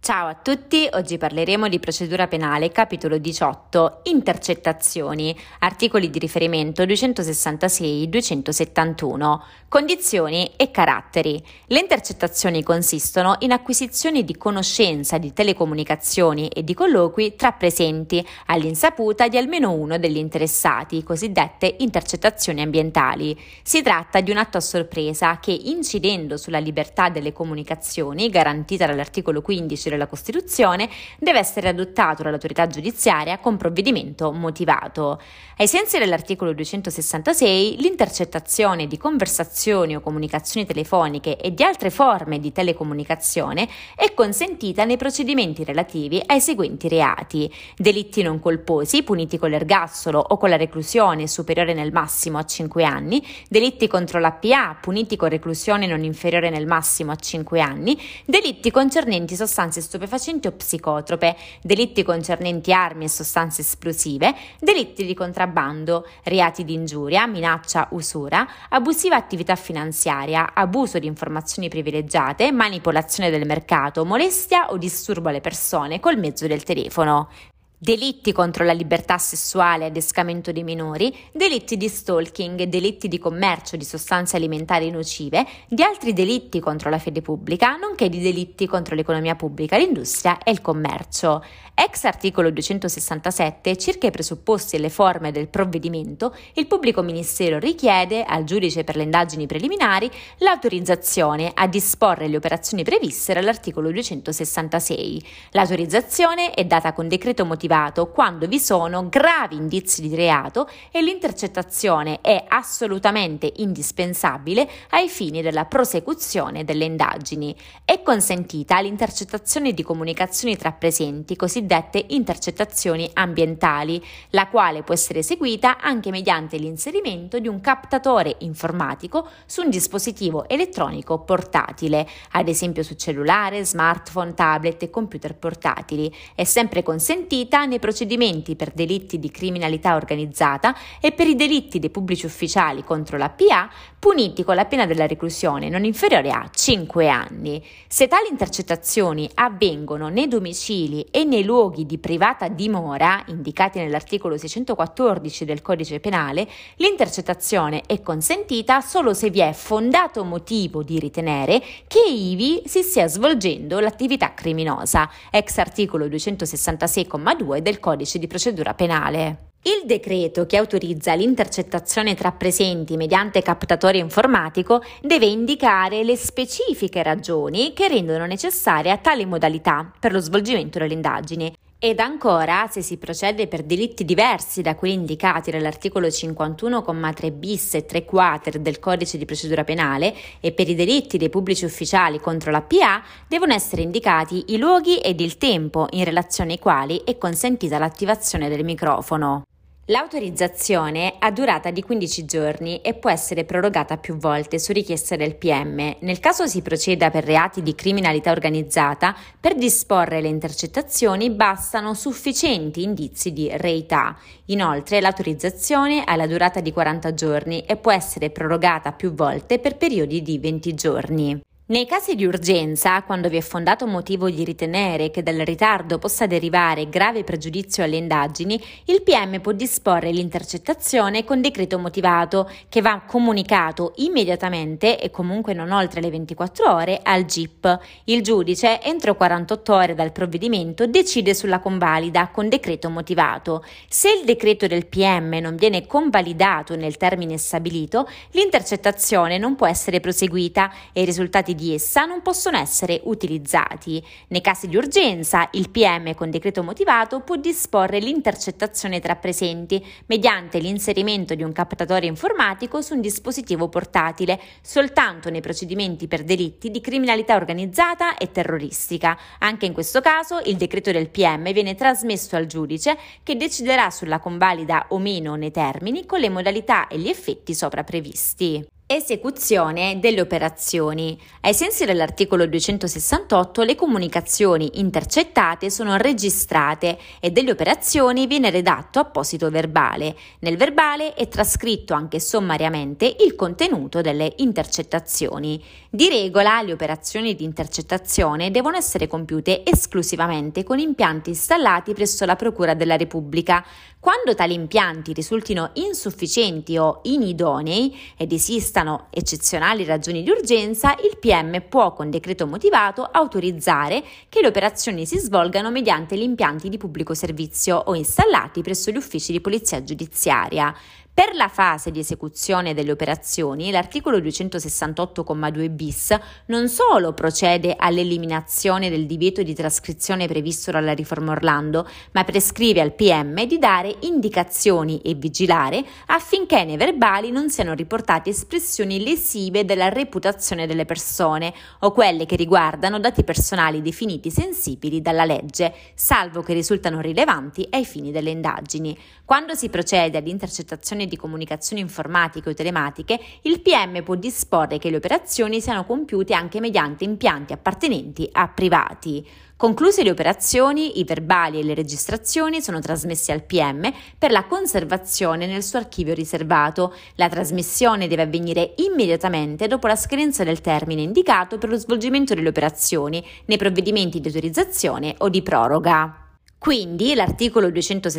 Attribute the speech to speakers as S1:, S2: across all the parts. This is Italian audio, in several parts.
S1: Ciao a tutti, oggi parleremo di procedura penale, capitolo 18, intercettazioni, articoli di riferimento 266-271, condizioni e caratteri. Le intercettazioni consistono in acquisizioni di conoscenza di telecomunicazioni e di colloqui tra presenti all'insaputa di almeno uno degli interessati, cosiddette intercettazioni ambientali. Si tratta di un atto a sorpresa che, incidendo sulla libertà delle comunicazioni, garantita dall'articolo 15 della Costituzione, deve essere adottato dall'autorità giudiziaria con provvedimento motivato. Ai sensi dell'articolo 266, l'intercettazione di conversazioni o comunicazioni telefoniche e di altre forme di telecomunicazione è consentita nei procedimenti relativi ai seguenti reati: delitti non colposi, puniti con l'ergastolo o con la reclusione superiore nel massimo a 5 anni, delitti contro l'APA, puniti con reclusione non inferiore nel massimo a 5 anni, delitti concernenti sostanze stupefacenti o psicotrope, delitti concernenti armi e sostanze esplosive, delitti di contrabbando, reati di ingiuria, minaccia, usura, abusiva attività finanziaria, abuso di informazioni privilegiate, manipolazione del mercato, molestia o disturbo alle persone col mezzo del telefono. Delitti contro la libertà sessuale e adescamento dei minori, delitti di stalking, delitti di commercio di sostanze alimentari nocive, di altri delitti contro la fede pubblica, nonché di delitti contro l'economia pubblica, l'industria e il commercio. Ex articolo 267, circa i presupposti e le forme del provvedimento, il pubblico ministero richiede al giudice per le indagini preliminari l'autorizzazione a disporre le operazioni previste dall'articolo 266. L'autorizzazione è data con decreto motivato quando vi sono gravi indizi di reato e l'intercettazione è assolutamente indispensabile ai fini della prosecuzione delle indagini. È consentita l'intercettazione di comunicazioni tra presenti, cosiddette intercettazioni ambientali, la quale può essere eseguita anche mediante l'inserimento di un captatore informatico su un dispositivo elettronico portatile, ad esempio su cellulare, smartphone, tablet e computer portatili. È sempre consentita nei procedimenti per delitti di criminalità organizzata e per i delitti dei pubblici ufficiali contro la PA, puniti con la pena della reclusione non inferiore a 5 anni. Se tali intercettazioni avvengono nei domicili e nei luoghi di privata dimora, indicati nell'articolo 614 del Codice Penale, l'intercettazione è consentita solo se vi è fondato motivo di ritenere che ivi si stia svolgendo l'attività criminosa, ex articolo 266,2 del Codice di procedura penale. Il decreto che autorizza l'intercettazione tra presenti mediante captatore informatico deve indicare le specifiche ragioni che rendono necessaria tale modalità per lo svolgimento delle indagini. Ed ancora, se si procede per delitti diversi da quelli indicati dall'articolo 51,3 bis e 3 quater del Codice di procedura penale e per i delitti dei pubblici ufficiali contro la PA, devono essere indicati i luoghi ed il tempo in relazione ai quali è consentita l'attivazione del microfono. L'autorizzazione ha durata di 15 giorni e può essere prorogata più volte su richiesta del PM. Nel caso si proceda per reati di criminalità organizzata, per disporre le intercettazioni bastano sufficienti indizi di reità. Inoltre, l'autorizzazione ha la durata di 40 giorni e può essere prorogata più volte per periodi di 20 giorni. Nei casi di urgenza, quando vi è fondato motivo di ritenere che dal ritardo possa derivare grave pregiudizio alle indagini, il PM può disporre l'intercettazione con decreto motivato che va comunicato immediatamente e comunque non oltre le 24 ore al GIP. Il giudice, entro 48 ore dal provvedimento, decide sulla convalida con decreto motivato. Se il decreto del PM non viene convalidato nel termine stabilito, l'intercettazione non può essere proseguita e i risultati di essa non possono essere utilizzati. Nei casi di urgenza, il PM con decreto motivato può disporre l'intercettazione tra presenti mediante l'inserimento di un captatore informatico su un dispositivo portatile soltanto nei procedimenti per delitti di criminalità organizzata e terroristica. Anche in questo caso il decreto del PM viene trasmesso al giudice che deciderà sulla convalida o meno nei termini con le modalità e gli effetti sopra previsti. Esecuzione delle operazioni. Ai sensi dell'articolo 268 le comunicazioni intercettate sono registrate e delle operazioni viene redatto apposito verbale. Nel verbale è trascritto anche sommariamente il contenuto delle intercettazioni. Di regola le operazioni di intercettazione devono essere compiute esclusivamente con impianti installati presso la Procura della Repubblica. Quando tali impianti risultino insufficienti o inidonei ed esistano eccezionali ragioni di urgenza, il PM può con decreto motivato autorizzare che le operazioni si svolgano mediante gli impianti di pubblico servizio o installati presso gli uffici di polizia giudiziaria. Per la fase di esecuzione delle operazioni, l'articolo 268,2 bis non solo procede all'eliminazione del divieto di trascrizione previsto dalla riforma Orlando, ma prescrive al PM di dare indicazioni e vigilare affinché nei verbali non siano riportate espressioni lesive della reputazione delle persone o quelle che riguardano dati personali definiti sensibili dalla legge, salvo che risultano rilevanti ai fini delle indagini. Quando si procede all'intercettazione di comunicazioni informatiche o telematiche, il PM può disporre che le operazioni siano compiute anche mediante impianti appartenenti a privati. Concluse le operazioni, i verbali e le registrazioni sono trasmessi al PM per la conservazione nel suo archivio riservato. La trasmissione deve avvenire immediatamente dopo la scadenza del termine indicato per lo svolgimento delle operazioni nei provvedimenti di autorizzazione o di proroga. Quindi l'articolo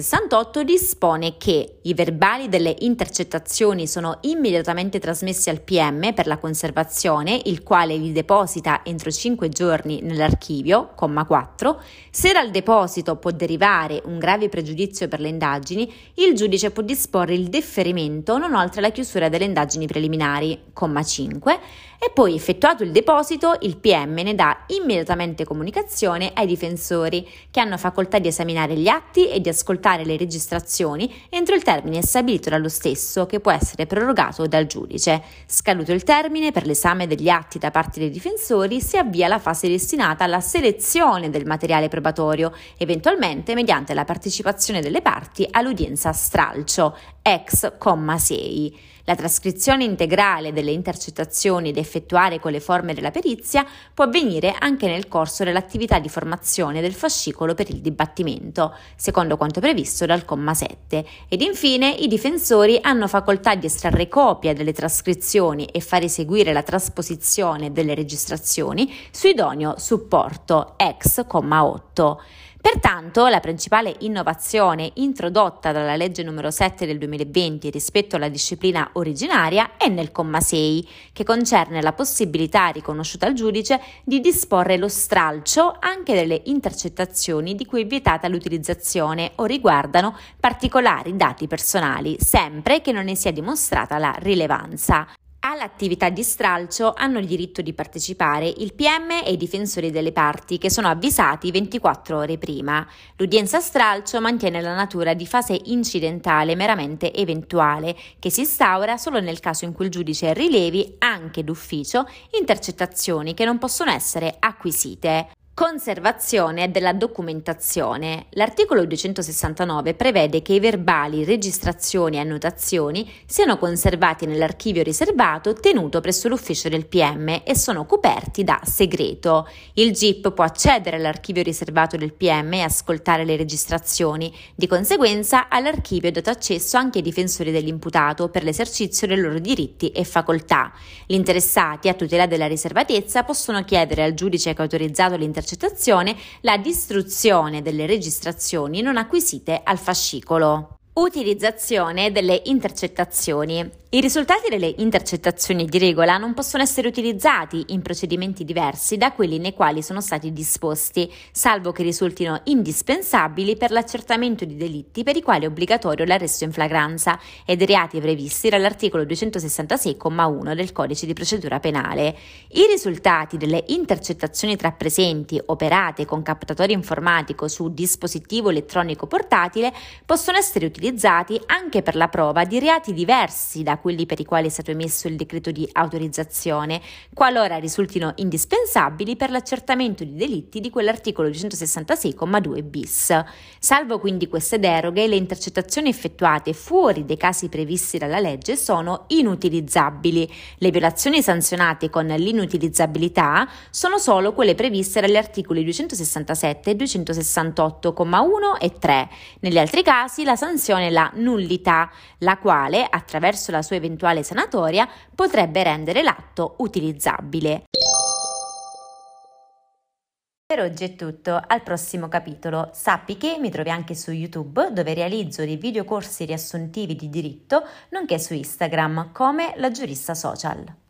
S1: 268 dispone che i verbali delle intercettazioni sono immediatamente trasmessi al PM per la conservazione, il quale li deposita entro 5 giorni nell'archivio, comma 4. Se dal deposito può derivare un grave pregiudizio per le indagini, il giudice può disporre il differimento non oltre la chiusura delle indagini preliminari, comma 5, e poi effettuato il deposito il PM ne dà immediatamente comunicazione ai difensori, che hanno facoltà di esaminare gli atti e di ascoltare le registrazioni entro il termine stabilito dallo stesso, che può essere prorogato dal giudice. Scaduto il termine per l'esame degli atti da parte dei difensori, si avvia la fase destinata alla selezione del materiale probatorio, eventualmente mediante la partecipazione delle parti all'udienza stralcio, ex comma 6. La trascrizione integrale delle intercettazioni da effettuare con le forme della perizia può avvenire anche nel corso dell'attività di formazione del fascicolo per il dibattimento, secondo quanto previsto dal comma 7. Ed infine i difensori hanno facoltà di estrarre copia delle trascrizioni e far eseguire la trasposizione delle registrazioni su idoneo supporto, ex comma 8. Pertanto, la principale innovazione introdotta dalla legge numero 7 del 2020 rispetto alla disciplina originaria è nel comma 6, che concerne la possibilità riconosciuta al giudice di disporre lo stralcio anche delle intercettazioni di cui è vietata l'utilizzazione o riguardano particolari dati personali, sempre che non ne sia dimostrata la rilevanza. All'attività di stralcio hanno il diritto di partecipare il PM e i difensori delle parti, che sono avvisati 24 ore prima. L'udienza stralcio mantiene la natura di fase incidentale meramente eventuale, che si instaura solo nel caso in cui il giudice rilevi, anche d'ufficio, intercettazioni che non possono essere acquisite. Conservazione della documentazione. L'articolo 269 prevede che i verbali, registrazioni e annotazioni siano conservati nell'archivio riservato tenuto presso l'ufficio del PM e sono coperti da segreto. Il GIP può accedere all'archivio riservato del PM e ascoltare le registrazioni. Di conseguenza, all'archivio è dato accesso anche ai difensori dell'imputato per l'esercizio dei loro diritti e facoltà. Gli interessati, a tutela della riservatezza, possono chiedere al giudice che ha autorizzato l'intercettazione la distruzione delle registrazioni non acquisite al fascicolo. Utilizzazione delle intercettazioni. I risultati delle intercettazioni di regola non possono essere utilizzati in procedimenti diversi da quelli nei quali sono stati disposti, salvo che risultino indispensabili per l'accertamento di delitti per i quali è obbligatorio l'arresto in flagranza e dei reati previsti dall'articolo 266,1 del Codice di procedura penale. I risultati delle intercettazioni tra presenti operate con captatore informatico su dispositivo elettronico portatile possono essere utilizzati anche per la prova di reati diversi da da quelli per i quali è stato emesso il decreto di autorizzazione, qualora risultino indispensabili per l'accertamento di delitti di quell'articolo 266,2 bis. Salvo quindi queste deroghe, le intercettazioni effettuate fuori dei casi previsti dalla legge sono inutilizzabili. Le violazioni sanzionate con l'inutilizzabilità sono solo quelle previste dagli articoli 267 e 268,1 e 3. Negli altri casi la sanzione è la nullità, la quale, attraverso la sua eventuale sanatoria, potrebbe rendere l'atto utilizzabile. Per oggi è tutto, al prossimo capitolo. Sappi che mi trovi anche su YouTube, dove realizzo dei videocorsi riassuntivi di diritto, nonché su Instagram come La Giurista Social.